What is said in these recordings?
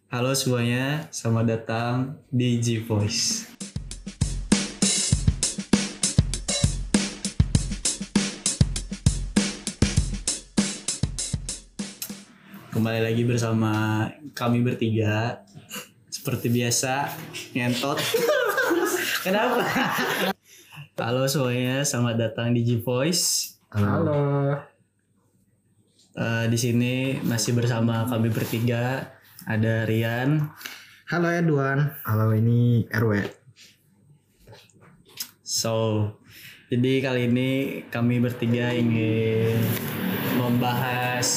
Halo semuanya, selamat datang di G Voice. Kembali lagi bersama kami bertiga. Seperti biasa, ngentot. Kenapa? Halo semuanya, selamat datang di G Voice. Halo. Di sini masih bersama kami bertiga. Ada Rian. Halo Edwan. Halo, ini RW. Jadi kali ini kami bertiga ingin membahas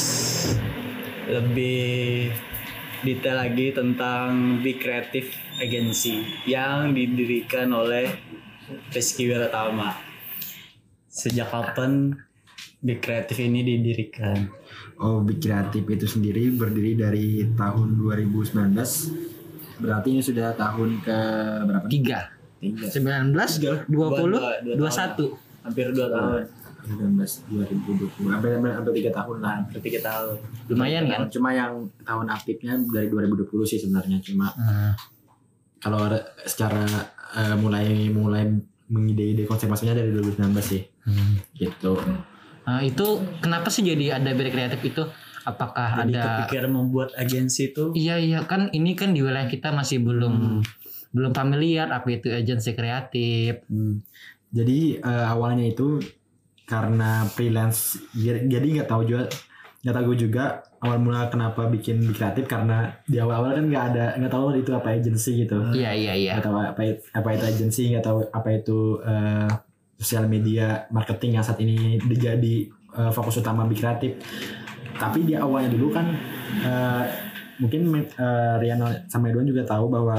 lebih detail lagi tentang Big Creative Agency yang didirikan oleh Rizky Wiratama. Sejak kapan Big Creative ini didirikan? Oh, Big Creative itu sendiri berdiri dari tahun 2019. Berarti ini sudah tahun ke berapa? 19, 20, 21. Hampir 2 tahun. 19, 2020. Hampir 3 tahun lah. Hampir 3 tahun. Lumayan kan? Cuma yang tahun aktifnya dari 2020 sih sebenarnya. Cuma kalau secara mulai mengide-ide konsep masuknya dari 2019 sih. Gitu. Itu kenapa sih jadi ada Big Kreatif itu? Apakah Jadi ada kepikiran membuat agensi itu? Iya kan ini kan di wilayah kita masih belum familiar apa itu agensi kreatif. Jadi awalnya itu karena freelance, jadi nggak tahu juga awal mula kenapa bikin Big Kreatif, karena di awal kan nggak tahu itu apa agensi gitu. Iya. Nggak tahu apa itu agensi, nggak tahu apa itu sosial media marketing yang saat ini jadi fokus utama Big Kreatif. Tapi di awalnya dulu kan mungkin Rian sama Edwan juga tahu bahwa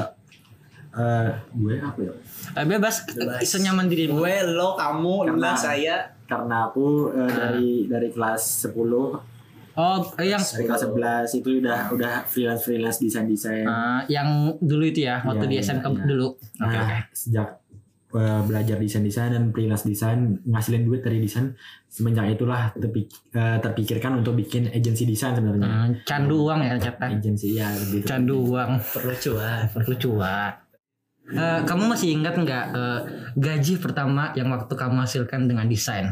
gue apa ya? Bebas senyaman dirimu. Gue, lo, kamu, Karena- saya. Karena aku dari kelas 10, Yang dari kelas 11 itu udah freelance desain. yang dulu itu ya waktu Iya, di SMK iya. dulu. Oke. Sejak belajar desain dan freelance desain, ngasilin duit dari desain, semenjak itulah terpikirkan untuk bikin agensi desain sebenarnya. Candu uang ya cetak. Agensi ya gitu. Candu uang. Perlu cuan. Perlu cuan. Kamu masih ingat nggak gaji pertama yang waktu kamu hasilkan dengan desain?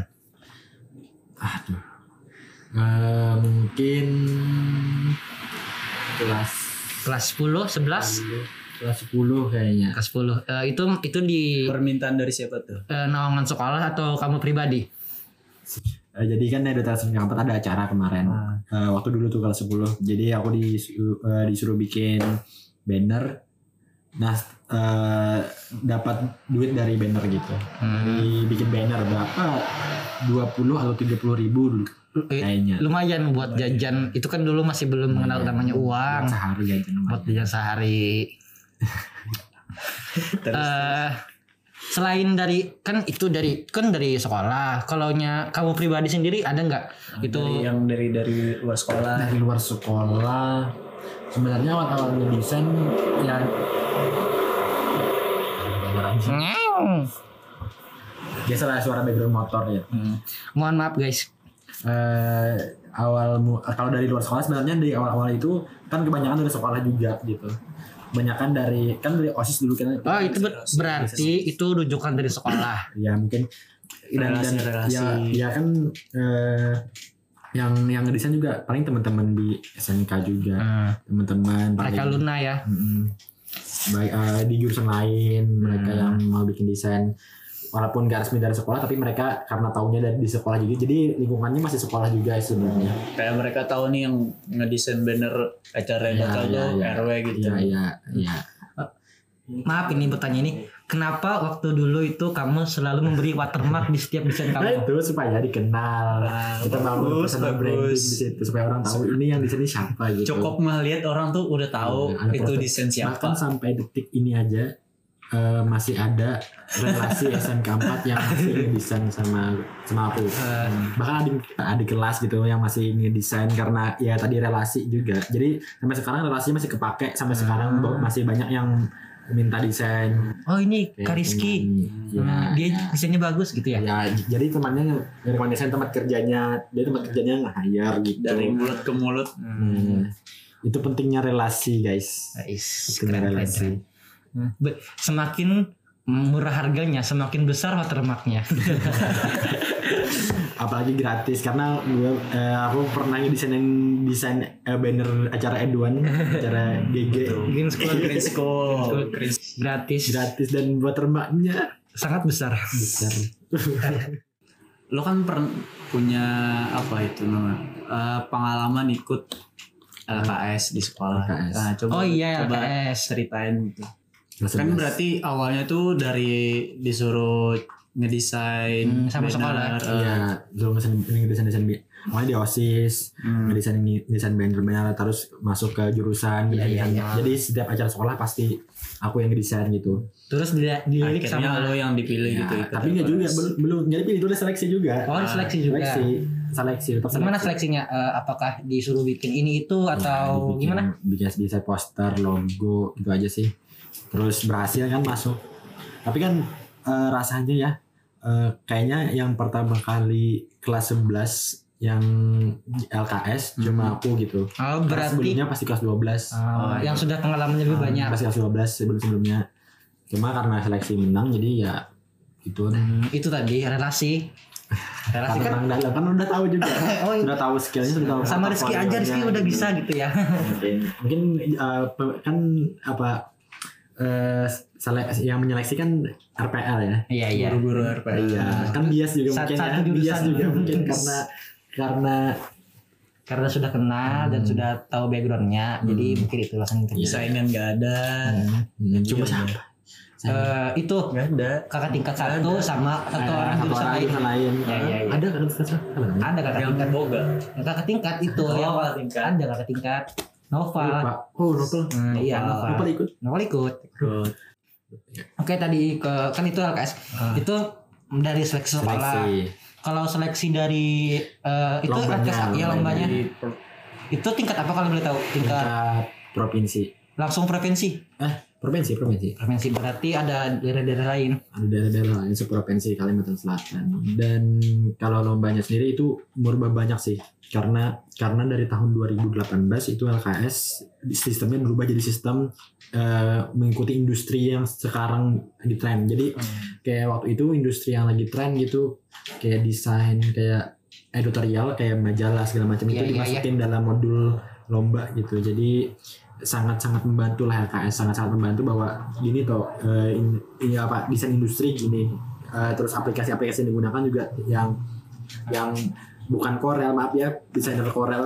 Aduh. Mungkin kelas Kelas 10, 11? kelas 10 kayaknya. Kelas 10. Itu di Permintaan dari siapa tuh? naungan sekolah atau kamu pribadi? Jadi kan edutasi kampus ada acara kemarin. Waktu dulu tuh kelas 10. Jadi aku disuruh bikin banner. Nah, dapat duit dari banner gitu. Bikin banner berapa? 20 atau 30 ribu dulu kayaknya. Lumayan buat jajan. Itu kan dulu masih belum mengenal namanya uang. Sehari jajan Buat jajan sehari. Selain dari kan itu dari sekolah. Kalaunya kamu pribadi sendiri ada nggak itu? Dari luar sekolah. Dari luar sekolah. Sebenarnya awal-awal desain ya biasalah suara background motor ya. Mohon maaf guys. Kalau dari luar sekolah sebenarnya dari awal-awal itu kan kebanyakan dari sekolah juga gitu. Kebanyakan dari OSIS dulu kan. Oh itu berarti itu rujukan dari sekolah. Ya mungkin Relasi. ya kan yang ngedesain juga paling teman-teman di SMK juga. Teman-teman Mereka Luna ya. Baik di jurusan lain mereka yang mau bikin desain walaupun gak resmi dari sekolah, tapi mereka karena taunya di sekolah juga, jadi lingkungannya masih sekolah juga sebenarnya. Kayak mereka tahu nih yang ngedesain banner acara yang bakal tuh RW gitu. Iya. Maaf ini bertanya ini, kenapa waktu dulu itu kamu selalu memberi watermark di setiap desain Nah kamu? itu supaya dikenal. Kita mau personal branding di situ supaya orang tahu ini yang di sini siapa gitu. Cukup melihat orang tuh udah tahu Ada itu proses. desain siapa. Bahkan sampai detik ini aja masih ada relasi SMK 4 yang masih desain sama aku. Bahkan adik kelas gitu yang masih ngedesain karena ya tadi relasi juga. Jadi sampai sekarang relasi masih kepake, sampai sekarang masih banyak yang minta desain. Oh ini Kariski. Dia desainnya bagus gitu ya? Ya, jadi temannya dari desain tempat kerjanya, dia tempat kerjanya nge-hire gitu. Dari mulut ke mulut. Itu pentingnya relasi guys. Pentingnya relasi. Semakin murah harganya, semakin besar watermarknya. Apalagi gratis karena aku pernah desain banner acara Edwan, acara GG Green School. Gratis dan watermarknya sangat besar. Lo kan punya apa itu nama pengalaman ikut LKS di sekolah. LKS. Nah, coba LKS ceritain gitu. Kan 11. berarti awalnya tuh dari disuruh ngedesain sama sekolah. Iya, dulu ngedesain awalnya di OSIS, ngedesain banner terus masuk ke jurusan desain. Jadi setiap acara sekolah pasti aku yang ngedesain gitu. Terus dilirik sama lo yang dipilih gitu. Tapi enggak juga, belum jadi pilih, itu udah seleksi juga. Oh, seleksi juga. Seleksi. Gimana seleksinya? Apakah disuruh bikin ini itu atau gimana? Bikin desain poster, logo gitu aja sih. Terus berhasil kan masuk. Tapi kan rasanya ya kayaknya yang pertama kali kelas 11 yang LKS cuma aku gitu. Oh, berarti sebelumnya pasti kelas 12. Yang sudah pengalamannya lebih banyak. Pasti kelas 12 sebelumnya. Cuma karena seleksi menang jadi ya gitu. Itu tadi relasi Karena kan dalam kan udah tahu juga. Sudah tahu skillnya, sudah tahu. Sama Rizky aja, Rizky udah bisa gitu ya. Mungkin kan apa yang menyeleksi kan RPL ya. Iya. Guru-guru RPL. Iya, kan bias juga mungkin ya. Bias juga mungkin karena sudah kenal dan sudah tahu backgroundnya, jadi mungkin itu langsung saingan nggak ada. Cuma siapa? Itu Nggak ada. kakak tingkat 1 sama atau orang jurusan lain. Iya. Ada kan Ada kakak Yang tingkat. boga. Kakak tingkat itu yang ada kakak tingkat. Noval. Novel. Iya, Novel ikut. Noval ikut. Oke, tadi kan itu LKS. Itu dari seleksi sekolah. Kalau seleksi dari itu lombanya, lombanya. Itu tingkat apa kalau boleh tahu? Tingkat provinsi. Langsung provinsi. Provinsi Berarti ada daerah-daerah lain. Ada daerah-daerah lain seprovinsi Kalimantan Selatan. Dan kalau lombanya sendiri itu merubah banyak sih. Karena dari tahun 2018 itu LKS sistemnya berubah jadi sistem mengikuti industri yang sekarang di tren. Jadi kayak waktu itu industri yang lagi tren gitu, kayak desain, kayak editorial, kayak majalah segala macam itu dimasukin dalam modul lomba gitu. Jadi sangat-sangat membantu lah LKS, sangat-sangat membantu bahwa gini toh desain industri gini, terus aplikasi-aplikasi yang digunakan juga yang bukan Corel, maaf ya desainer Corel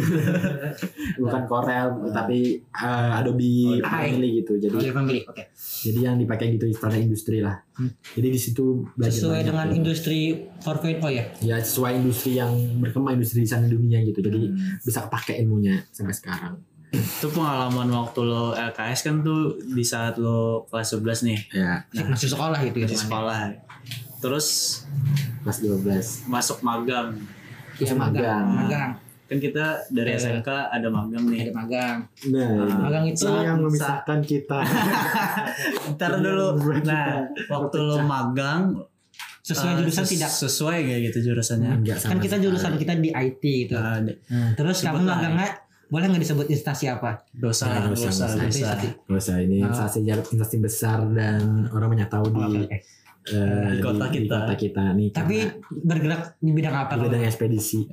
bukan Corel tapi Adobe Family gitu. Jadi jadi yang dipakai gitu standar industri lah. Jadi di situ sesuai dengan industri 4.0 ya. Ya sesuai industri yang berkembang, industri desain dunia gitu. Jadi bisa kepake ilmunya sampai sekarang. Itu pengalaman waktu lo LKS kan tuh di saat lo kelas 11 nih. Ya. Masih sekolah gitu ya. Masih sekolah. Terus kelas 12 masuk magang. Iya, magang. Kan kita dari SMK ada magang nih. Ada magang. Nah, magang itu yang memisahkan kita. Ntar dulu. Nah, waktu lo magang sesuai jurusan tidak sesuai kayak gitu jurusannya. Kan kita jurusan kita di IT gitu. Terus kamu magangnya boleh nggak disebut instansi apa? Dosa. Ini instansi besar dan orang banyak tahu di kota kita nih. Tapi bergerak di bidang apa? Di bidang ekspedisi.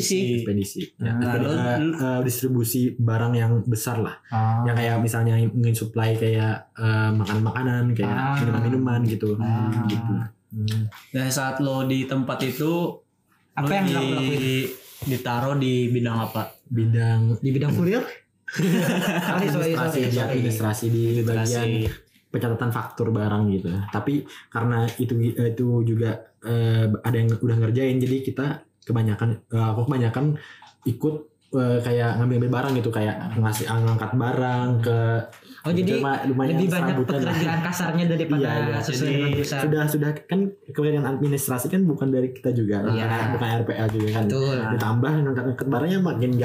Ya, distribusi barang yang besar lah. Yang kayak misalnya nge-supply kayak makanan-makanan, kayak minuman-minuman gitu. Gitu. Nah, saat lo di tempat itu apa yang dilakukan? Ditaruh di bidang apa? Di bidang kurir? Administrasi di bagian pencatatan faktur barang gitu. Tapi karena itu juga ada yang udah ngerjain, jadi aku kebanyakan ikut kayak ngambil barang gitu, kayak ngangkat barang ke. Oh, jadi lebih banyak pekerjaan kasarnya daripada sesuai dengan jurusan. Sudah kan kemudian administrasi kan bukan dari kita juga, bukan RPL juga kan. Betul. Ditambah ngangkat barangnya makin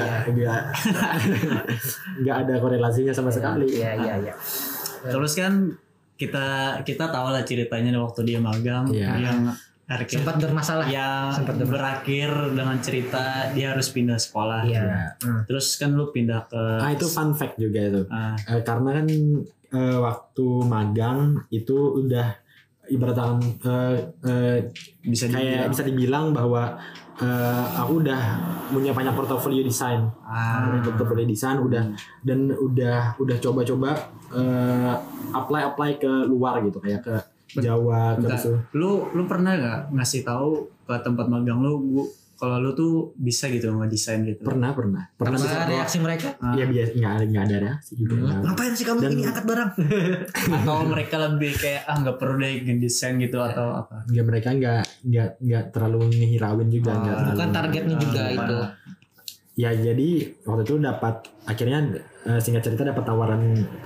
nggak ada korelasinya sama sekali. Iya. Terus kan kita tahu lah ceritanya waktu dia magang yang sempat bermasalah. yang Sempat bermasalah. berakhir dengan cerita dia harus pindah sekolah. Iya. Terus kan lu pindah ke Itu fun fact juga itu. Ah, Karena kan waktu magang itu udah ibaratkan bisa kayak dibilang. bisa dibilang bahwa aku udah punya banyak portofolio desain. Portofolio desain dan udah coba-coba apply ke luar gitu, kayak ke Jawa, ke Bentar, Sulu. lu pernah nggak ngasih tahu ke tempat magang lu kalau lu tuh bisa gitu ngedesain gitu? Pernah Apa bisa. reaksi mereka? Ya biasa nggak ada reaksi juga. Ngapain sih kamu Dan- ini angkat barang? Atau mereka lebih kayak nggak perlu deh ngedesain gitu atau apa? Ya mereka nggak terlalu ngehirauin juga. nggak Bukan terlalu- targetnya juga itu. Ya jadi waktu itu dapat akhirnya singkat cerita dapat tawaran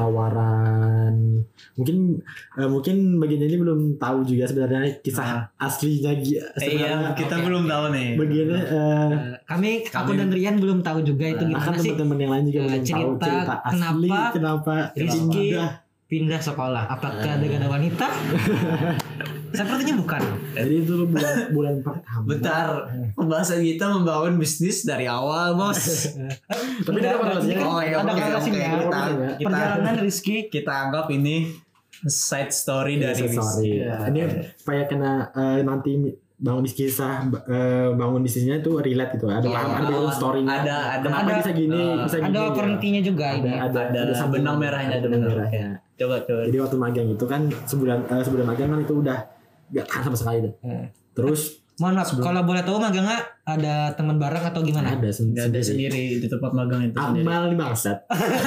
mungkin bagian ini belum tahu juga sebenarnya kisah aslinya Iya, sebenarnya kita belum tahu nih. bagiannya Aku dan Rian belum tahu juga itu akan gimana sih teman-teman yang lain juga belum tahu cerita cerita asli kenapa Rizky pindah. pindah sekolah. Apakah dengan wanita? Sepertinya bukan. Jadi itu bulan pertama. Bentar, pembahasan kita membangun bisnis dari awal, bos. Tapi ada korelasinya. Oh, iya, ada oke, korelasinya. oke. Kita- Perjalanan Rizky Kita anggap ini side story dari sorry. Iya. Ini supaya kena nanti bangun bangun bisnisnya itu relate gitu. Ada background story-nya. Ada Kenapa bisa gini, bisa gini. ada ya. opportunity-nya juga ini. ada benang merahnya, ada benang merahnya. Coba. Jadi waktu magang itu kan sebulan magang kan itu udah gak tahan sama sekali deh. Terus Mohon maaf, kalau boleh tahu magangnya ada teman bareng atau gimana? ada Nggak ada sendiri di tempat magang itu sendiri. Akmal di bangsat.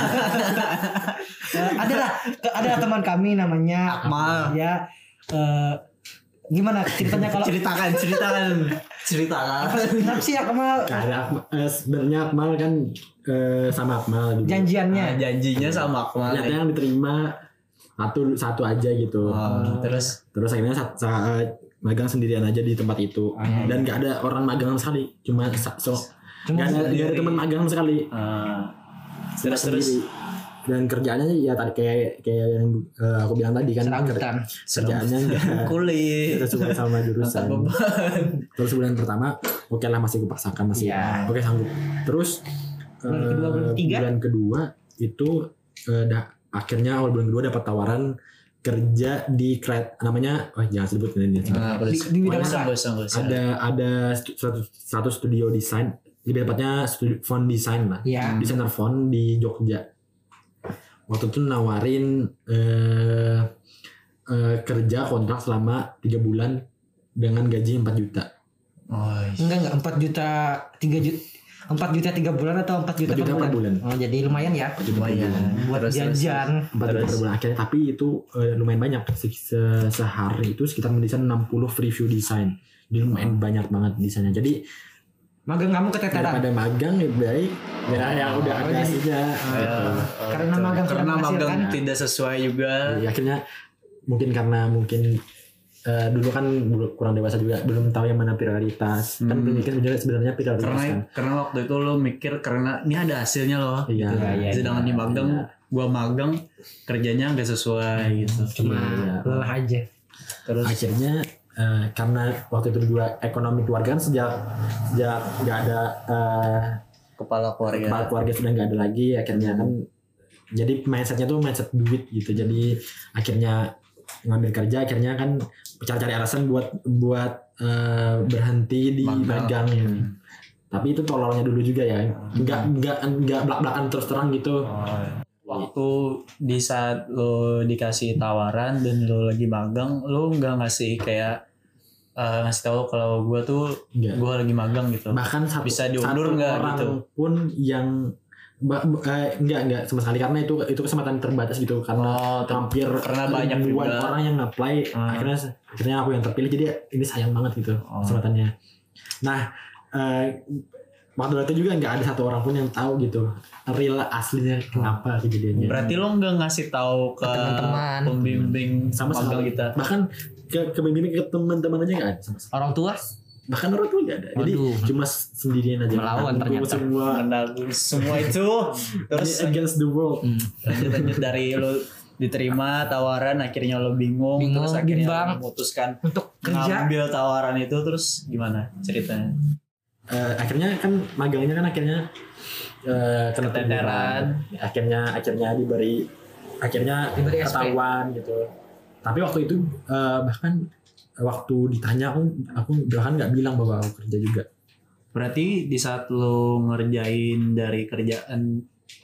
Ada teman kami namanya Akmal. Ya gimana ceritanya kalau Ceritakan. kenapa sih Akmal Sebenarnya Akmal kan sama Akmal gitu. janjiannya? Janjinya sama Akmal. Ternyata yang diterima satu aja gitu. Terus Akhirnya magang sendirian aja di tempat itu. Dan gak ada orang magang sama sekali. Cuma gak ada teman magang sama sekali. terus Sendiri. Dan kerjaannya ya tadi kayak yang aku bilang tadi kan, Serabutan. kerjaannya nggak kulit. sesuai sama jurusan. Terus bulan pertama oke lah, masih kupaksakan, masih Iya. oke sanggup. Terus Bulan kedua, bulan ketiga? bulan kedua itu akhirnya awal bulan kedua dapat tawaran kerja di namanya jangan sebut ini. Di bidang apa? Ada satu studio desain, lebih tepatnya font design lah. Iya. Desainer font di Jogja. Waktu itu nawarin kerja kontrak selama 3 bulan dengan gaji 4 juta. Enggak 4 juta 3 juta 4 juta 3 bulan atau 4 juta 4 juta per bulan. Oh, jadi lumayan ya. 4 juta per bulan. Buat jajan. 4 juta per bulan akhirnya, tapi itu lumayan banyak. Sehari itu sekitar mendesain 60 review desain. Jadi lumayan banyak banget desainnya. Jadi Magang kamu keteteran. daripada magang lebih baik ya yang udah ada hasilnya. Karena magang sudah Karena magang menghasilkan. tidak sesuai juga. Jadi akhirnya mungkin dulu kan kurang dewasa juga, belum tahu yang mana prioritas. Kan pendidikan sebenarnya prioritas kan. Karena waktu itu lo mikir karena ini ada hasilnya loh. Iya. Gitu. Sedangkan di magang, gua magang kerjanya nggak sesuai gitu. Cuma lelah aja. Terus Akhirnya karena waktu itu juga ekonomi keluarga kan sejak nggak ada kepala keluarga. keluarga sudah nggak ada lagi, akhirnya kan jadi mindsetnya tuh mindset duit gitu. Jadi akhirnya ngambil kerja, akhirnya kan cari alasan buat berhenti di magang. Tapi itu tololnya dulu juga ya, nggak belak-belakan terus terang gitu. Waktu di saat lo dikasih tawaran dan lo lagi magang, lo nggak ngasih kayak ngasih tahu kalau gue tuh Nggak. gue lagi magang gitu. Bahkan Bisa diundur nggak orang gitu? pun yang enggak sama sekali, karena itu kesempatan terbatas gitu, karena hampir karena banyak ribuan juga. orang yang apply. Akhirnya aku yang terpilih, jadi ini sayang banget gitu kesempatannya. Nah waktu itu juga nggak ada satu orang pun yang tahu gitu real aslinya kenapa kejadiannya. Berarti lo nggak ngasih tahu ke teman-teman. pembimbing sama magang sekali kita. bahkan ke pembimbing, ke teman-teman aja nggak ada sama sekali. Orang tua Bahkan orang tua nggak ada, jadi Waduh. cuma sendirian aja Melawan menanggung ternyata. semua Menanggung semua itu. Terus against the world. lanjut dari lo diterima tawaran, akhirnya lo bingung terus akhirnya bimbang, lo memutuskan untuk kerja. ngambil tawaran itu, terus gimana ceritanya? Akhirnya kan magangnya kan akhirnya kena Keteteran. akhirnya diberi SP. ketahuan gitu. Tapi waktu itu bahkan waktu ditanya aku bahkan nggak bilang bahwa aku kerja juga. Berarti di saat lo ngerjain dari kerjaan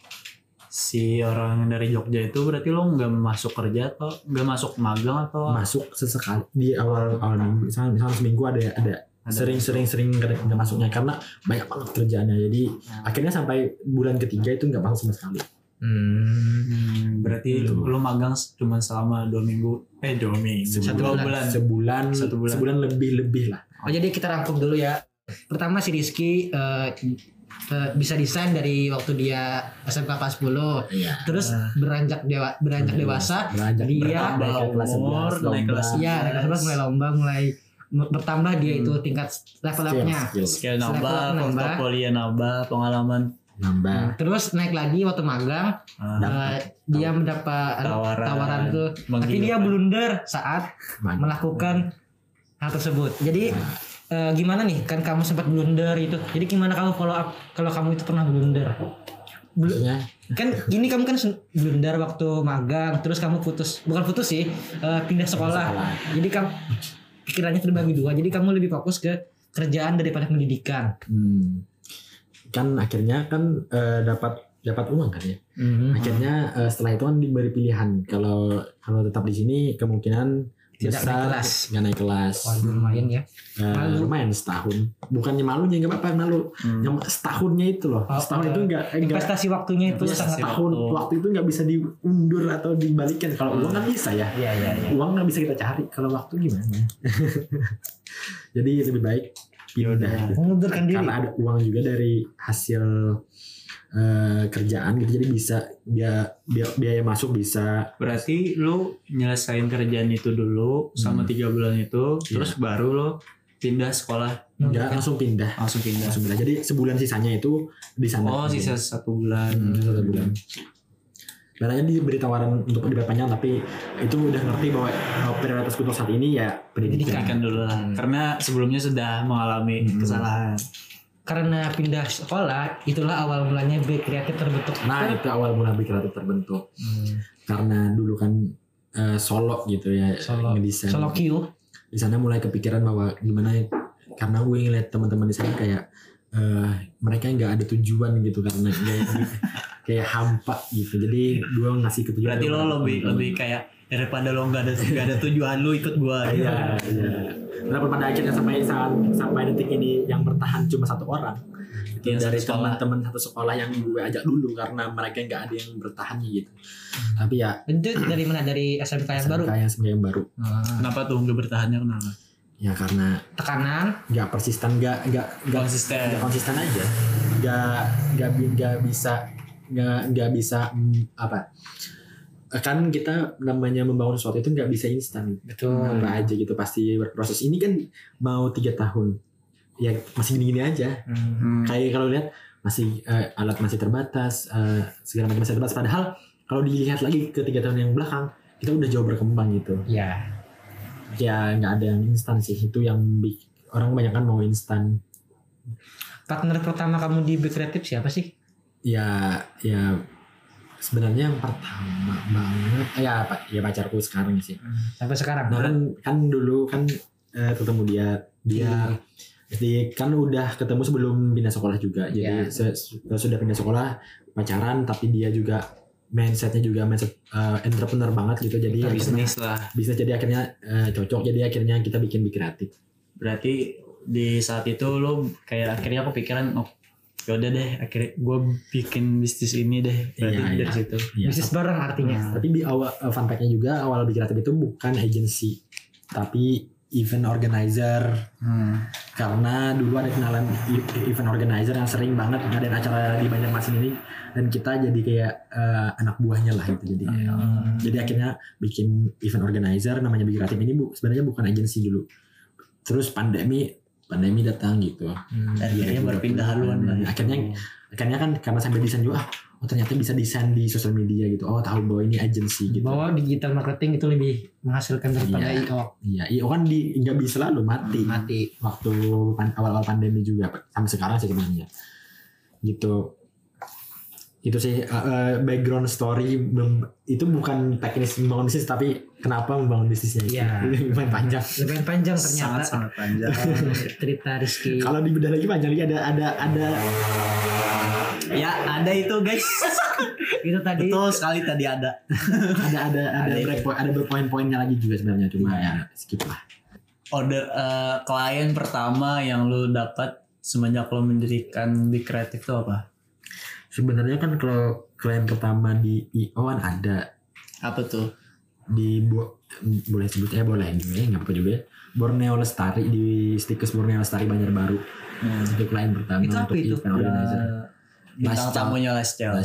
si orang dari Jogja itu, berarti lo nggak masuk kerja atau nggak masuk magang atau Masuk sesekali di awal minggu, misalnya seminggu ada sering nggak masuknya karena banyak banget kerjaannya. Jadi akhirnya sampai bulan ketiga itu nggak masuk sama sekali. Berarti lo magang cuma selama 2 minggu. 2 minggu. Sebulan lebih lah. Oh, jadi kita rangkum dulu ya. Pertama si Rizky bisa desain dari waktu dia SMK kelas 10. Iya. Terus beranjak dewasa, dia naik kelas 11, naik kelas naik kelas 11 mulai lomba, mulai bertambah dia itu tingkat level up-nya. Skill nambah, portofolio nambah, pengalaman nambah. Terus naik lagi waktu magang, dia mendapat tawaran ke, tapi dia blunder saat melakukan hal tersebut. Jadi gimana nih, kan kamu sempat blunder itu. Jadi gimana kamu follow up kalau kamu itu pernah blunder? Kan gini, kamu kan blunder waktu magang, terus kamu bukan putus sih, pindah sekolah. Jadi kamu pikirannya terbagi dua. Jadi kamu lebih fokus ke kerjaan daripada pendidikan. Kan akhirnya kan dapat uang kan ya. Akhirnya setelah itu kan diberi pilihan, kalau tetap di sini kemungkinan nggak naik kelas. Waduh, lumayan ya. Lumayan setahun. Bukannya malunya nggak apa-apa malu. Yang setahunnya itu loh. Setahun itu nggak investasi waktunya itu sangat setahun. Waktu itu nggak bisa diundur atau dibalikin. Kalau uang kan bisa ya. Iya. Uang nggak bisa kita cari. Kalau waktu gimana? Jadi lebih baik pindah. Mengundurkan diri. Karena ada uang juga dari hasil kerjaan gitu, jadi bisa biaya masuk bisa. Berarti lu nyelesain kerjaan itu dulu sama 3 bulan itu, terus baru lo pindah sekolah. Enggak, langsung pindah. Jadi sebulan sisanya itu di sana. Oh, sisa 1 bulan. 1 bulan. Sebenarnya diberi tawaran untuk diperpanjang, tapi itu udah ngerti bahwa prioritasku untuk saat ini ya pendidikan dulu lah. Karena sebelumnya sudah mengalami kesalahan. Karena pindah sekolah, itulah awal mulanya B Kreatif terbentuk. Nah, itu awal mula B Kreatif terbentuk. Karena dulu kan solo gitu ya, ngedesain. Solo Q. Di sana mulai kepikiran bahwa gimana ya, karena gue ngeliat teman-teman di sana kayak mereka nggak ada tujuan gitu, karena kayak hampa gitu. Jadi gue ngasih ketujuan. Berarti lo lebih kayak daripada lo nggak ada tujuan, lo ikut gue. Iya. Walaupun pada akhirnya sampai detik ini yang bertahan cuma 1 orang. Itu dari teman-teman satu sekolah yang gue ajak dulu karena mereka nggak ada yang bertahan gitu. Tapi ya. Itu dari mana? Dari SMK yang baru? SMK yang baru. Kenapa tuh nggak bertahannya, kenapa? Ya karena tekanan, nggak persisten, nggak konsisten aja, nggak bisa apa. Kan kita namanya membangun sesuatu itu nggak bisa instan. Betul. Apa aja gitu pasti berproses. Ini kan mau 3 tahun, ya masih gini-gini aja. Kayak kalau lihat masih alat masih terbatas, segala macam masih terbatas. Padahal kalau dilihat lagi ke 3 tahun yang belakang, kita udah jauh berkembang gitu. Ya nggak ada yang instan sih. Itu yang orang kebanyakan mau instan. Partner pertama kamu di B Kreatif siapa sih? Ya sebenarnya yang pertama banget ya pacarku sekarang sih. Sampai sekarang. Nah kan dulu kan ketemu dia jadi kan udah ketemu sebelum pindah sekolah juga. Jadi sudah pindah sekolah, pacaran, tapi dia juga mindset entrepreneur banget gitu. Jadi bisnis lah. Bisa jadi akhirnya cocok. Jadi akhirnya kita bikin Kreatif. Berarti di saat itu lo kayak akhirnya kepikiran, yaudah deh, akhirnya gue bikin bisnis ini deh. Berarti dari situ. Iya. Bisnis bareng artinya. Tapi di awal fun fact-nya juga, awal Kreatif itu bukan agency, tapi event organizer. Karena dulu ada kenalan event organizer yang sering banget ngadain acara di Banjarmasin ini, dan kita jadi kayak anak buahnya lah gitu. Jadi akhirnya bikin event organizer namanya Kreatif ini sebenarnya bukan agensi dulu. Terus pandemi datang gitu. Dan akhirnya berpindah haluan lah. Akhirnya kan karena sambil desain juga oh ternyata bisa desain di sosial media gitu, oh tahu bahwa ini agency gitu, bahwa digital marketing itu lebih menghasilkan daripada IO. Iya, IO kan nggak bisa lalu mati waktu awal-awal pandemi juga sampai sekarang sih sebenarnya gitu. Itu sih background story itu bukan teknis membangun bisnis, tapi kenapa membangun bisnisnya itu lumayan panjang ternyata sangat panjang. Cerita Rizky kalau dibedah lagi panjang lagi ada ya ada itu guys. itu tadi betul sekali tadi ada berpoin-poinnya lagi juga sebenarnya, cuma ya skip lah. Order klien pertama yang lu dapat semenjak lo mendirikan Be Creative itu apa? Sebenarnya kan kalau klien pertama di IO kan ada. Apa tuh? Boleh sebut ya, boleh juga ya, nggak apa-apa juga. Borneo Lestari, di Stikes Borneo Lestari Banjarbaru. Itu klien pertama itu untuk event organizer. Bintang tamunya Lascal.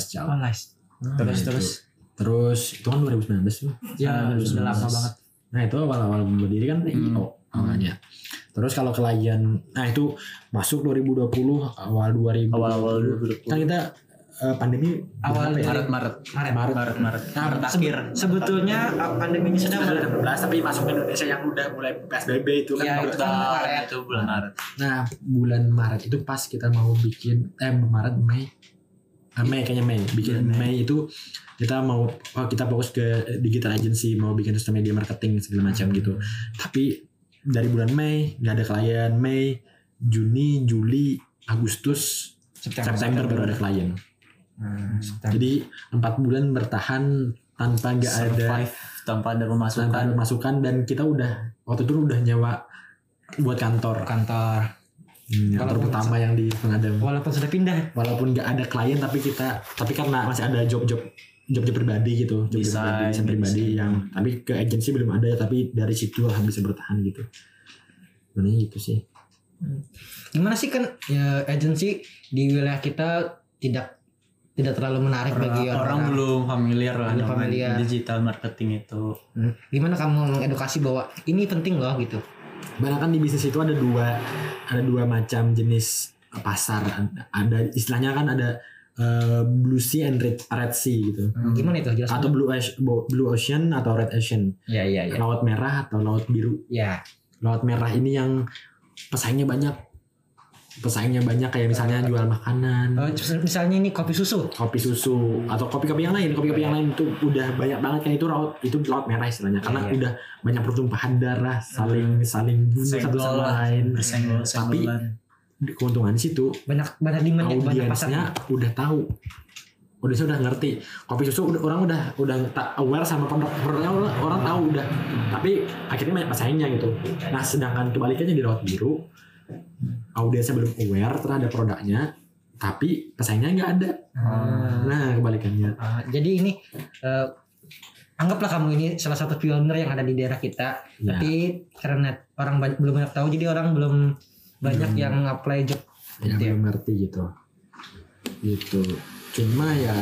Terus itu kan 2019 tuh. Ya, sudah lama banget. Nah itu awal-awal berdiri kan IO awalnya. Terus kalau klien, nah itu masuk 2020 awal 2020. Kan kita pandemi awal Maret akhir. Sebetulnya pandemi ini sudah 2016, tapi masuk ke Indonesia yang udah mulai PSBB itu kan ya, bulan Maret. Nah bulan Maret itu pas kita mau bikin Mei itu kita mau kita fokus ke digital agency, mau bikin social media marketing segala macam gitu. Tapi dari bulan Mei nggak ada klien, Mei, Juni, Juli, Agustus, September baru ada klien. Jadi 4 bulan bertahan tanpa tanpa ada pemasukan, dan kita udah waktu itu udah nyewa buat kantor pertama yang di Pengadam. Walaupun sudah pindah, walaupun nggak ada klien, tapi karena masih ada job pribadi gitu, desain pribadi yang tapi ke agensi belum ada, tapi dari situ lah bisa bertahan gitu. Sebenarnya gitu sih. Gimana sih kan ya, agensi di wilayah kita tidak terlalu menarik bagi orang belum familiar lah dengan digital marketing itu. Gimana kamu mengedukasi bahwa ini penting loh gitu? Bahkan di bisnis itu ada dua macam jenis pasar. Ada istilahnya kan ada blue sea and red sea gitu. Gimana itu jelaskan? Atau blue ocean atau red ocean. Ya. Laut merah atau laut biru. Ya. Laut merah ini yang pesaingnya banyak kayak misalnya jual makanan. Misalnya ini kopi susu atau kopi-kopi yang lain. Kopi-kopi yang lain itu udah banyak banget kan, itu laut merah istilahnya, karena udah banyak pertumpahan darah, saling bunuh satu sama lain. Tapi keuntungan di situ banyak audiensnya udah tahu. Audiensnya udah ngerti. Kopi susu orang udah aware sama produknya, orang tahu udah. Tapi akhirnya banyak pesaingnya gitu. Nah, sedangkan kebalikannya di laut biru, audiensnya belum aware terhadap produknya, tapi pesaingnya nggak ada. Nah kebalikannya. Jadi ini anggaplah kamu ini salah satu pionir yang ada di daerah kita, tapi karena orang belum banyak tahu, jadi orang belum banyak yang apply job. Ya, belum ngerti gitu. Cuma ya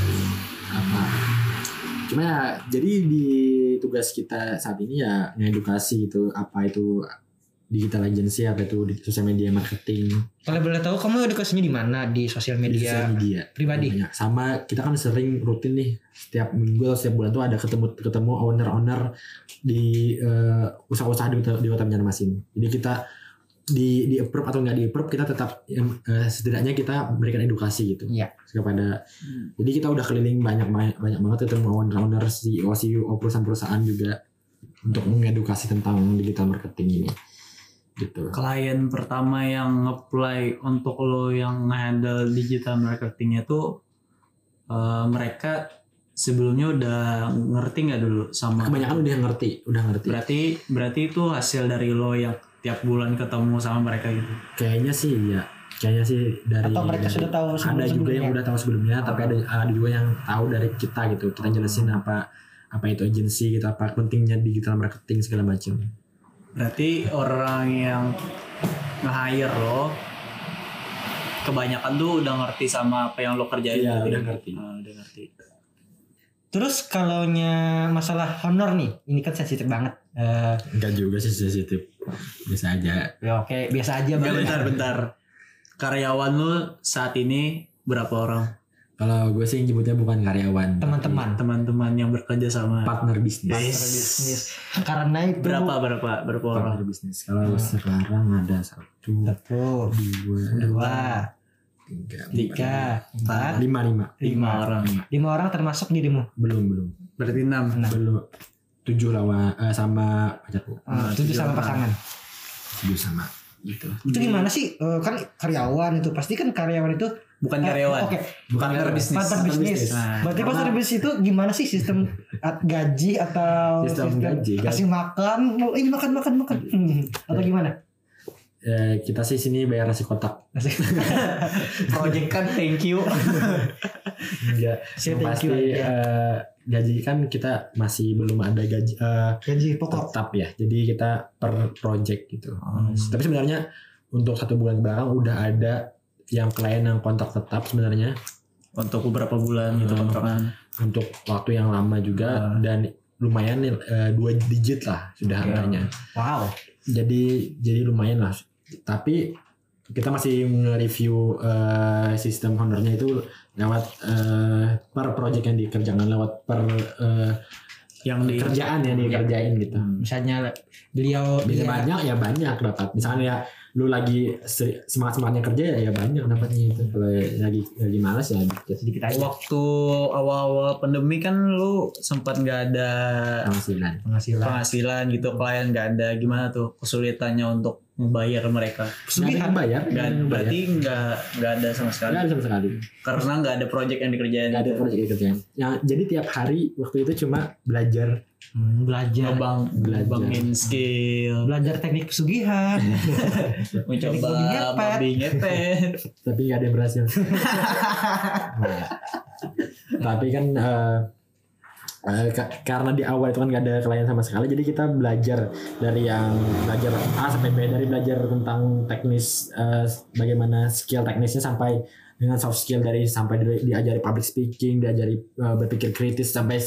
jadi di tugas kita saat ini ya ngedukasi itu apa itu digital agency, apa itu social media marketing. Kalau boleh tahu kamu edukasinya di mana? Di sosial media pribadi. Banyak. Sama kita kan sering rutin nih setiap minggu atau setiap bulan tuh ada ketemu owner di usaha-usaha di Kota Banjarmasin. Jadi kita di approve atau nggak di approve, kita tetap setidaknya kita berikan edukasi gitu. Iya. Kepada jadi kita udah keliling banyak banget ketemu owner CEO perusahaan-perusahaan juga untuk mengedukasi tentang digital marketing ini. Gitu. Klien pertama yang nge-apply untuk lo yang handle digital marketingnya tuh mereka sebelumnya udah ngerti nggak dulu sama? Kebanyakan udah ngerti. Berarti itu hasil dari lo yang tiap bulan ketemu sama mereka gitu? Kayaknya sih dari. Atau mereka sudah tahu sebelumnya? Ada juga yang udah tahu sebelumnya, tapi ada juga yang tahu dari kita gitu. Kita jelasin apa itu agensi, kita apa pentingnya digital marketing segala macam. Berarti orang yang nge-hire lo kebanyakan tuh udah ngerti sama apa yang lo kerjain. Iya, udah ngerti. Terus kalau masalah honor nih, ini kan sensitif banget. Enggak juga sih sensitif. Biasa aja. Ya oke, biasa aja. Bentar. Karyawan lo saat ini berapa orang? Kalau gue sih nyebutnya bukan karyawan, teman-teman yang bekerja sama, partner bisnis. bisnis. Karena itu berapa orang partner bisnis. Kalau sekarang ada 1, 2, 3, 4, 5 orang. 5 orang termasuk dirimu? Belum. Berarti 6. Belum. 7 lawan sama pacarku. 7 sama pasangan. 7 sama gitu. Itu gimana sih? Kan karyawan itu pasti kan karyawan itu bukan karyawan. Oke. Partner bisnis. Berarti partner bisnis itu gimana sih sistem gaji atau sistem gaji kan? kasih makan? Ini makan. Atau gimana? Kita sih sini bayar nasi kotak. Project kan thank you. Enggak. Yang pasti gaji kan kita masih belum ada gaji pokok tetap ya. Jadi kita per project gitu. Tapi sebenarnya untuk 1 bulan belakang udah ada yang klien yang kontrak tetap sebenarnya. Untuk beberapa bulan gitu kontraknya. Untuk waktu yang lama juga dan lumayan 2 digit lah sudah harganya. Wow. Jadi lumayan lah. Tapi kita masih nge-review sistem honornya itu lewat per project yang dikerjakan, lewat per yang kerjaan yang dikerjain gitu. Misalnya beliau banyak ya banyak dapat. Misalnya ya lu lagi semangat-semangatnya kerja ya banyak dapatnya itu. Kalau lagi malas ya sedikit aja. Waktu awal-awal pandemi kan lu sempat nggak ada penghasilan gitu, klien nggak ada, gimana tuh kesulitannya untuk membayar mereka? Kesulitan bayar? Berarti nggak ada sama sekali. Nggak ada sama sekali. Karena nggak ada project yang dikerjain. Nggak ada project yang dikerjain. Ya, jadi tiap hari waktu itu cuma belajar. Ngembangin skill, belajar teknik pesugihan, mencoba babi ngepet. Tapi nggak ada yang berhasil. Tapi kan karena di awal itu kan nggak ada klien sama sekali, jadi kita belajar dari belajar A sampai B, dari belajar tentang teknis bagaimana skill teknisnya sampai dengan soft skill, sampai diajari public speaking, diajari berpikir kritis sampai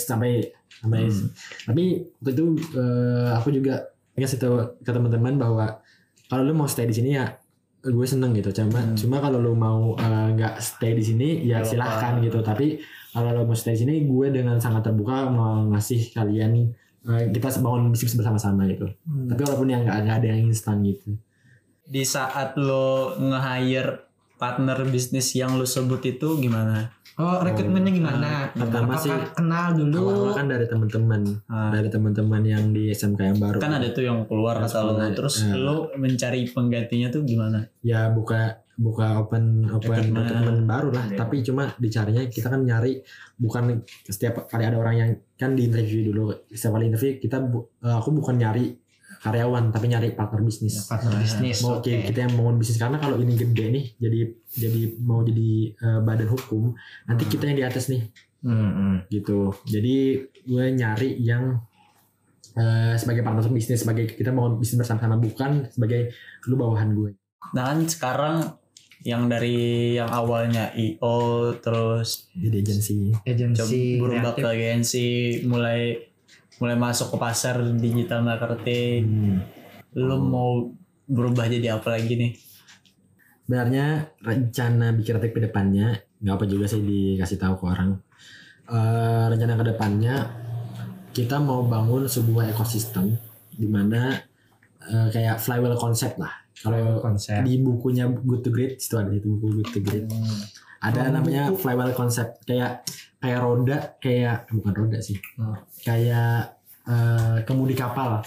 tapi waktu itu aku juga ngasih tahu ke teman-teman bahwa kalau lu mau stay di sini ya gue seneng gitu, cuma kalau lu mau nggak stay di sini ya silahkan gitu, tapi kalau lu mau stay di sini gue dengan sangat terbuka mau ngasih kalian kita bangun bisnis bersama-sama gitu. Tapi walaupun yang nggak ada yang instan gitu. Di saat lo nge-hire partner bisnis yang lo sebut itu gimana? Rekrutmennya gimana? Pertama sih kenal dulu. Awal kan dari teman-teman yang di SMK yang baru. Kan ada tuh yang keluar kata lo. Terus lo mencari penggantinya tuh gimana? Ya buka open recruitment baru lah. Tapi cuma dicarinya kita kan nyari bukan setiap kali ada orang yang kan di interview dulu. Setiap kali interview aku bukan nyari karyawan tapi nyari partner bisnis. Mau kita yang bangun bisnis, karena kalau ini gede nih jadi mau jadi badan hukum, nanti kita yang di atas nih. Gitu. Jadi gue nyari yang sebagai partner bisnis, sebagai kita bangun bisnis bersama-sama, bukan sebagai lu bawahan gue. Nah kan sekarang yang dari yang awalnya IO terus jadi agensi berubah ke agensi, mulai masuk ke pasar digital marketing. Lu mau berubah jadi apa lagi nih? Sebenarnya rencana bikin kreatif ke depannya nggak apa juga sih dikasih tahu ke orang. Rencana ke depannya kita mau bangun sebuah ekosistem di mana kayak flywheel concept lah. Kalau di bukunya Good to Great itu ada itu buku Good to Great. Ada namanya flywheel concept, kayak roda, bukan roda sih. Kayak kemudi kapal.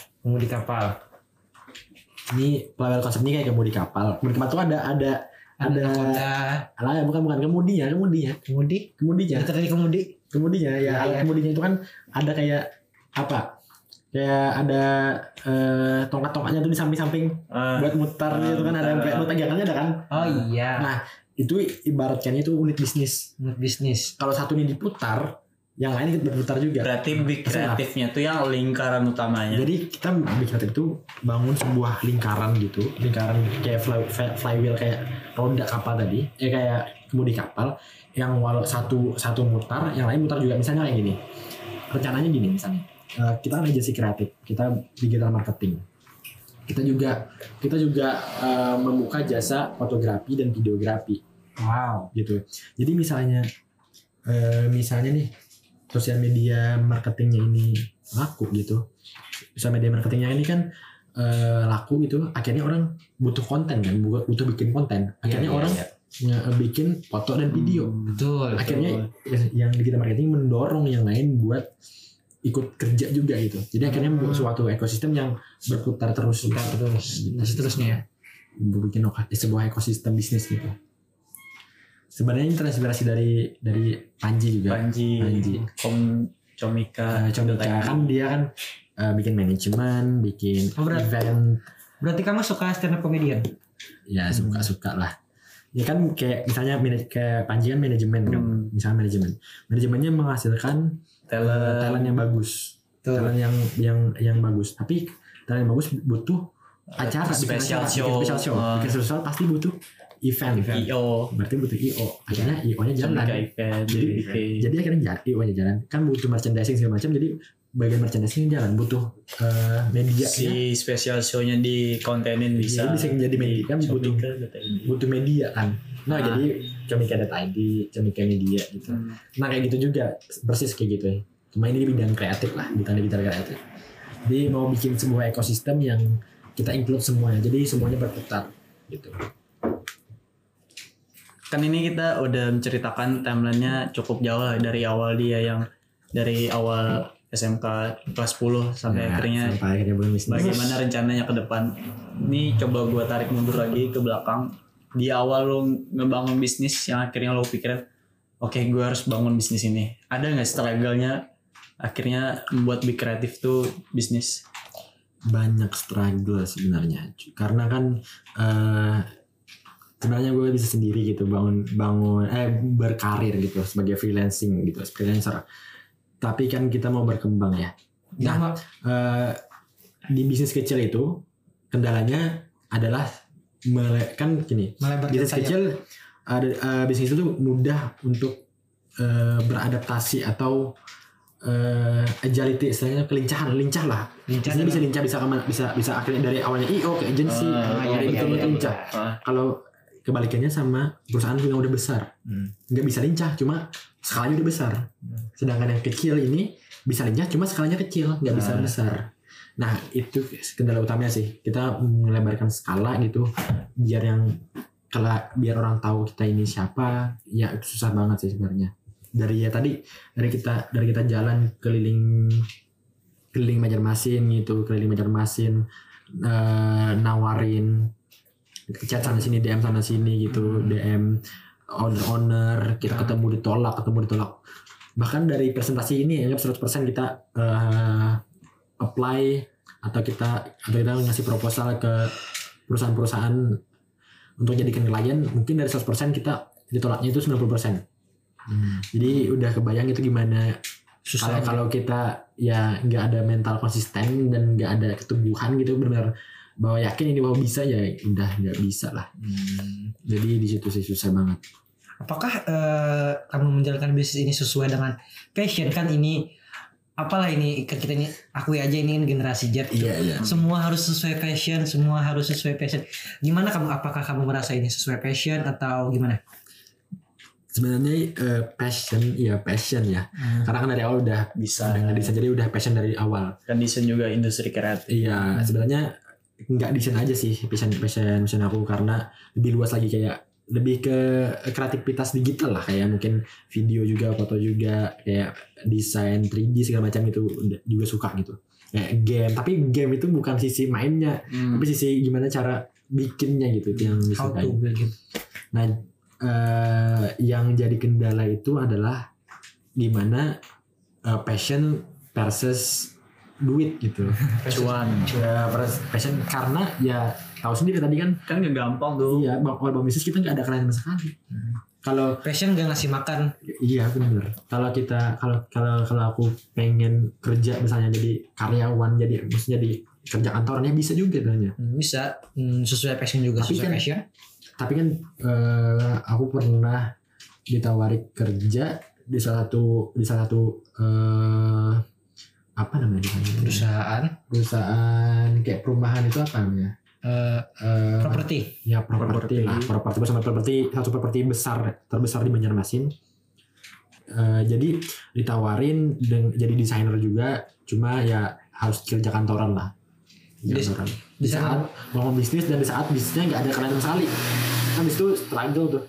Ini flywheel concept ini kayak kemudi kapal. Kemudi kapal tuh ada bukan kemudinya. Kemudinya ya. Kemudinya itu kan ada kayak apa? Kayak ada tongkat-tongkatnya tuh di samping-samping buat mutar gitu kan, ada kayak nota tegangannya ada kan? Oh iya. Nah, itu ibaratkannya itu unit bisnis. Kalau satu ini diputar, yang lain ikut berputar juga. Berarti big kreatifnya tuh yang lingkaran utamanya. Jadi kita big kreatif itu bangun sebuah lingkaran gitu, kayak flywheel, kayak roda kapal tadi, kayak kemudi kapal yang walau satu mutar, yang lain mutar juga. Misalnya kayak gini. Rencananya gini misalnya. Kita kan agensi kreatif, kita digital marketing. Kita juga membuka jasa fotografi dan videografi. Wow. Gitu. Jadi misalnya misalnya nih sosial media marketingnya ini laku gitu, sosial media marketingnya ini kan laku gitu, akhirnya orang butuh konten kan, butuh bikin konten, akhirnya orang bikin foto dan video. Betul. Akhirnya yang digital marketing mendorong yang lain buat ikut kerja juga gitu. Jadi akhirnya membuat suatu ekosistem yang berputar terus. Seterusnya ya. Bikin sebuah ekosistem bisnis gitu. Sebenarnya ini terinspirasi dari Panji juga. Panji. Comika kan dia kan bikin manajemen, bikin event. Berarti kamu suka stand up comedian? Ya suka lah. Ya kan kayak misalnya kayak Panji kan manajemen kan. Misalnya manajemennya menghasilkan talent yang bagus. Talent yang bagus. Tapi talent yang bagus butuh acara, special show. Bikin special pasti butuh event. IO. Berarti butuh IO. Akhirnya IO-nya jalan. Jadi akhirnya IO-nya jalan. Kan butuh merchandising segala macam. Jadi bagian merchandising jalan, butuh media. Si special show-nya dikontenin bisa. Bisa menjadi media kan, butuh media kan. Nah jadi comika.id, comika media gitu. Nah kayak gitu juga, persis kayak gitu ya. Cuma ini di bidang kreatif lah, di digital kreatif. Jadi mau bikin sebuah ekosistem yang kita include semuanya, jadi semuanya berputar gitu. Kan ini kita udah menceritakan timelinenya cukup jauh lah, dari awal dia yang dari awal SMK kelas 10 sampai akhirnya bagaimana rencananya ke depan. Ini coba gue tarik mundur lagi ke belakang. Di awal lo ngebangun bisnis yang akhirnya lo pikirin, oke, gue harus bangun bisnis ini. Ada nggak struggle-nya akhirnya membuat Be Creative tuh bisnis? Banyak struggle sebenarnya, karena kan sebenarnya gue bisa sendiri gitu berkarir gitu sebagai freelancer. Tapi kan kita mau berkembang ya. Nah, di bisnis kecil itu kendalanya adalah bisnis kecil bisnis itu mudah untuk beradaptasi atau agility, istilahnya lincah lah. Biasanya bisa lincah, bisa akhirnya dari awalnya IO ke agency, lincah. Kalau kebalikannya sama perusahaan yang udah besar, nggak bisa lincah, cuma skalanya udah besar. Sedangkan yang kecil ini bisa lincah, cuma skalanya kecil, nggak bisa besar. Nah itu kendala utamanya sih, kita melebarkan skala gitu, biar orang tahu kita ini siapa. Ya itu susah banget sih sebenarnya. Dari kita jalan keliling Banjarmasin, nawarin chat sana sini, DM sana sini gitu, DM owner, kita ketemu ditolak. Bahkan dari presentasi ini anggap 100% kita apply atau kita ngasih proposal ke perusahaan-perusahaan untuk jadikan klien, mungkin dari 100% kita ditolaknya itu 90%. Jadi udah kebayang itu gimana susah kalau kita ya nggak ada mental konsisten dan nggak ada keteguhan gitu, benar-benar bahwa yakin ini bahwa bisa, ya udah nggak bisa lah. Jadi di situ sih susah banget. Apakah kamu menjalankan bisnis ini sesuai dengan passion? Kan ini apalah ini kita ini akui aja ini generasi Z. Iya. Semua harus sesuai passion. Gimana kamu? Apakah kamu merasa ini sesuai passion atau gimana? Sebenarnya passion ya. Karena kan dari awal udah bisa ngedesain, jadi udah passion dari awal. Kan desain juga industri kreatif. Iya, sebenarnya nggak desain aja sih passion aku, karena lebih luas lagi, kayak lebih ke kreativitas digital lah, kayak mungkin video juga, foto juga, kayak desain 3D segala macam itu juga suka gitu. Kayak game, tapi game itu bukan sisi mainnya, tapi sisi gimana cara bikinnya gitu, itu yang disukai. Nah, yang jadi kendala itu adalah gimana passion versus duit gitu. Cuan. Passion karena ya tahu sendiri tadi kan nggak gampang tuh. Iya, kalau bisnis kita nggak ada keren sama sekali. Kalau passion nggak ngasih makan. Iya benar. Kalau aku pengen kerja misalnya jadi karyawan, maksudnya di kerja kantornya bisa juga tanya. Bisa sesuai passion juga. Tapi kan aku pernah ditawari kerja di salah satu apa namanya, perusahaan kayak perumahan, itu apa namanya, properti lah, properti bersama satu properti terbesar di Banjarmasin. jadi ditawarin jadi desainer juga, cuma ya harus kerja kantoran lah. Di saat mau bisnis dan di saat bisnisnya nggak ada kalian sekali, kan itu struggle tuh,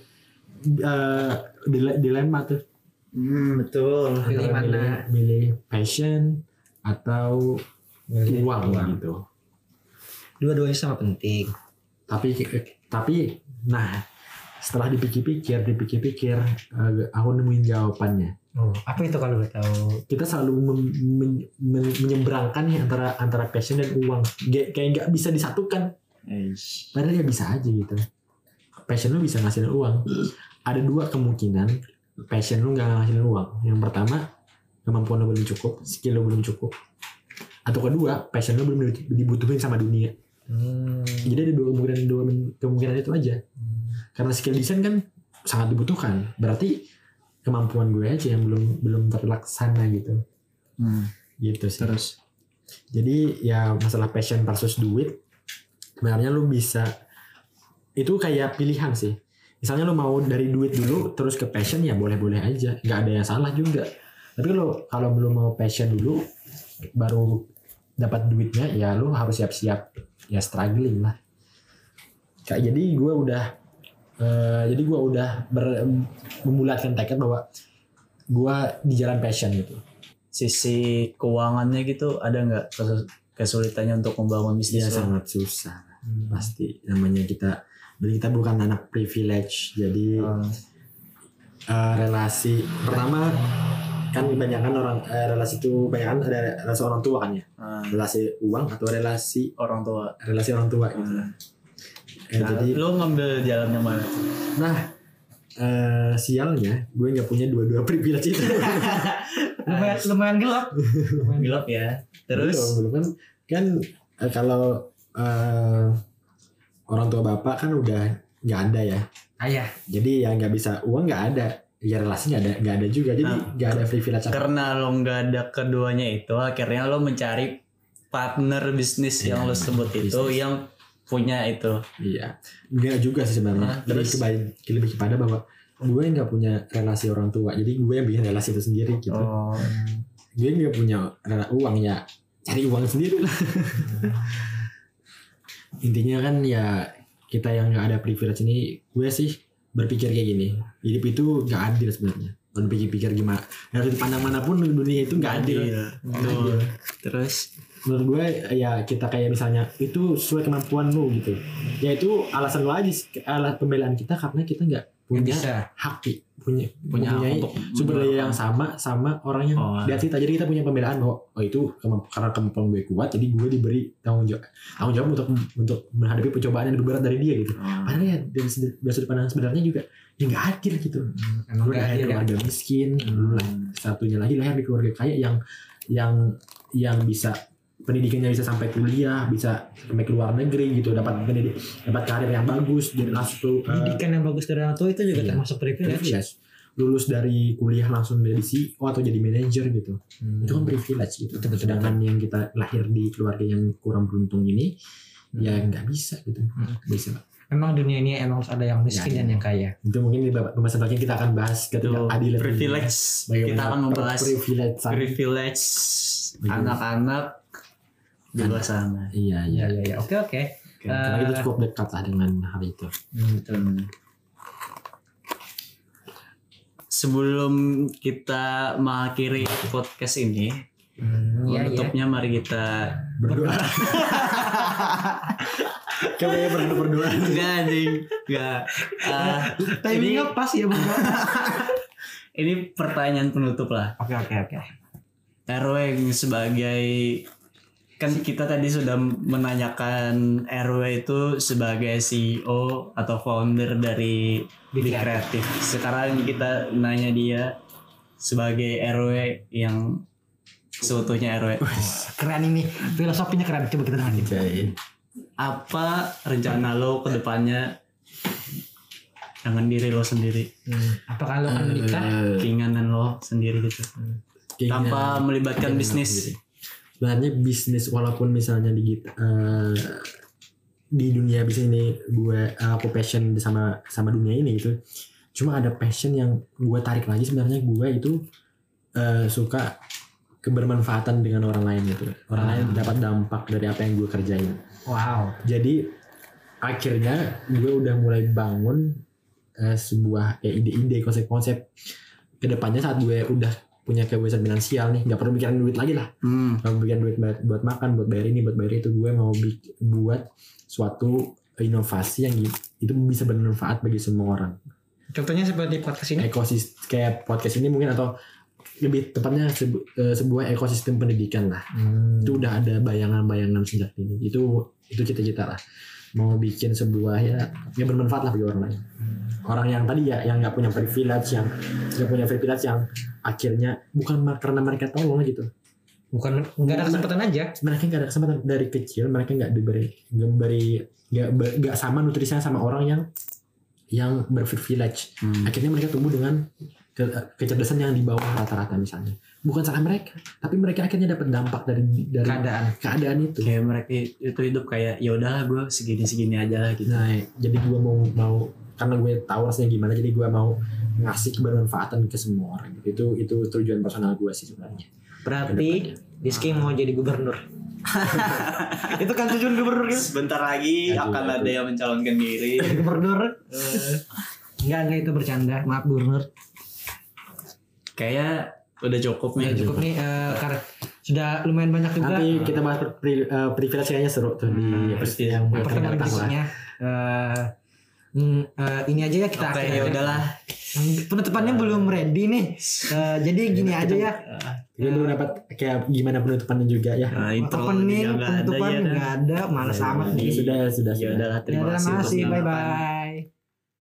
dilema tuh. Betul. Pilih mana? Milih passion atau uang gitu. Dua-duanya sama penting. Tapi nah setelah dipikir-pikir aku nemuin jawabannya. Apa itu kalau boleh tahu? Kita selalu menyeberangkan nih antara passion dan uang, kayak nggak bisa disatukan. Padahal ya bisa aja gitu. Passion lu bisa ngasilin uang. Ada dua kemungkinan passion lu nggak ngasilin uang. Yang pertama, kemampuan lu belum cukup, skill lu belum cukup. Atau kedua, passion lu belum dibutuhin sama dunia. Jadi ada dua kemungkinan itu aja. Karena skill desain kan sangat dibutuhkan, berarti kemampuan gue aja yang belum terlaksana gitu. Gitu sih. Terus jadi ya masalah passion versus duit, sebenarnya lu bisa, itu kayak pilihan sih. Misalnya lu mau dari duit dulu terus ke passion, ya boleh-boleh aja, nggak ada yang salah juga. Tapi kalau belum mau passion dulu baru dapat duitnya, ya lu harus siap-siap ya struggling lah. Kayak jadi gue udah membulatkan tekad bahwa gue di jalan passion gitu. Sisi keuangannya gitu ada nggak kesulitannya untuk membangun bisnis? Ya sangat susah pasti, namanya kita bukan anak privilege, jadi relasi pertama kan kebanyakan orang relasi itu kebanyakan ada relasi orang tua kan ya, relasi uang atau relasi orang tua gitu. Jadi lo ngambil jalan yang mana? Nah, sialnya gue nggak punya dua-dua privilege itu. lumayan gelap. Gelap ya. Terus belum kan kalau orang tua bapak kan udah nggak ada ya. Ayah. Jadi ya nggak bisa, uang nggak ada, ya relasi nggak ada juga. Jadi nggak ada privilege. Karena lo nggak ada keduanya itu, akhirnya lo mencari partner bisnis yang lo sebut itu yang punya itu. Iya, enggak juga sih sebenarnya. Terus lebih kepada bahwa gue nggak punya relasi orang tua, jadi gue yang bikin relasi itu sendiri gitu. Gue nggak punya uang, ya cari uang sendiri lah. Intinya kan ya kita yang nggak ada privilege ini, gue sih berpikir kayak gini, hidup itu nggak adil sebenarnya. Kalau pikir-pikir gimana, dari pandang manapun dunia itu nggak adil. Terus menurut gue ya kita kayak misalnya itu sesuai kemampuan lu gitu, ya itu alasan lu aja, alat pembelaan kita karena kita nggak punya hak, punya sumber daya yang sama orang yang di atas kita. Jadi kita punya pembelaan bahwa itu karena kemampuan gue kuat, jadi gue diberi tanggung jawab untuk menghadapi pencobaan yang lebih berat dari dia gitu. Padahal ya dari sudut pandang sebenarnya juga ya nggak adil gitu. Gue lahir di keluarga miskin, satunya lagi lahir di keluarga kaya yang bisa pendidikannya bisa sampai kuliah, bisa sampai ke luar negeri gitu, dapat karir yang bagus, jadi langsung pendidikan yang bagus dari orang tua itu juga termasuk privilege. Lulus dari kuliah langsung jadi CEO atau jadi manajer gitu, itu kan privilege gitu. Sedangkan yang kita lahir di keluarga yang kurang beruntung ini ya nggak bisa gitu. Bisa. Memang dunia ini emang harus ada yang miskin dan yang kaya. Itu mungkin di pembahasan selanjutnya kita akan bahas ketidakadilan privilege. Kita akan membahas privilege anak-anak di luar sana. Iya. Oke. Karena itu cukup dekat lah dengan hal itu. Betul. Sebelum kita mengakhiri podcast ini, menutupnya mari kita berdoa. Kayak berdoa. Enggak. Timingnya pas ya berdoa. Ini pertanyaan penutup lah. Oke. Erwin sebagai, kan kita tadi sudah menanyakan RW itu sebagai CEO atau founder dari Big Creative. Sekarang kita nanya dia sebagai RW yang seutuhnya RW. Keren ini, filosofinya keren. Coba kita dengerin. Apa rencana lo ke depannya dengan diri lo sendiri? Apakah lo akan menikah? Keinginan lo sendiri gitu. Tanpa melibatkan bisnis. Sebenarnya bisnis, walaupun misalnya di dunia bisnis ini aku passion sama dunia ini gitu, Cuma ada passion yang gue tarik lagi, sebenarnya gue itu suka kebermanfaatan dengan orang lain gitu. Orang lain dapat dampak dari apa yang gue kerjain. Wow. Jadi akhirnya gue udah mulai bangun sebuah ide-ide, konsep-konsep kedepannya saat gue udah punya kebebasan finansial nih, nggak perlu mikirin duit lagi lah. Nggak perlu mikirin duit buat makan, buat bayar ini, buat bayar itu. Gue mau buat suatu inovasi yang itu bisa bermanfaat bagi semua orang. Contohnya seperti podcast ini. Kayak podcast ini mungkin, atau lebih tepatnya sebuah ekosistem pendidikan lah. Itu udah ada bayangan-bayangan sejak ini. Itu cita-cita lah. Mau bikin sebuah ya bermanfaat lah bagi orang lain. Orang yang tadi ya yang nggak punya privilege, yang akhirnya bukan karena mereka tolong gitu. Bukan nggak ada kesempatan aja. Mereka nggak ada kesempatan dari kecil. Mereka nggak sama nutrisinya sama orang yang berprivilege. Akhirnya mereka tumbuh dengan kecerdasan yang di bawah rata-rata misalnya. Bukan salah mereka, tapi mereka akhirnya dapat dampak dari keadaan itu. Kayak mereka itu hidup kayak ya udahlah gue segini aja lah gitu. Nah, jadi gue mau karena gue tahu rasanya gimana, jadi gue mau ngasih kebermanfaatan ke semua orang. Itu tujuan personal gue sih sebenarnya. Berarti Rizky mau jadi gubernur. Itu kan tujuan gubernur kan? Sebentar lagi akan ada yang mencalonkan diri. Gubernur. Enggak itu bercanda. Maaf gubernur. Kayak udah cukup nih. Karena sudah lumayan banyak juga. Nanti kita bahas privilege kayaknya seru tuh di yang pertemuan berikutnya. Ini aja ya kita. Oke, ya udahlah. Penutupannya belum ready nih. Jadi gini aja ya. Kita belum dapat kayak gimana penutupannya juga ya. Opening, penutupan nggak ada, malas amat. Sudah. Ya udahlah, terima kasih. Bye bye.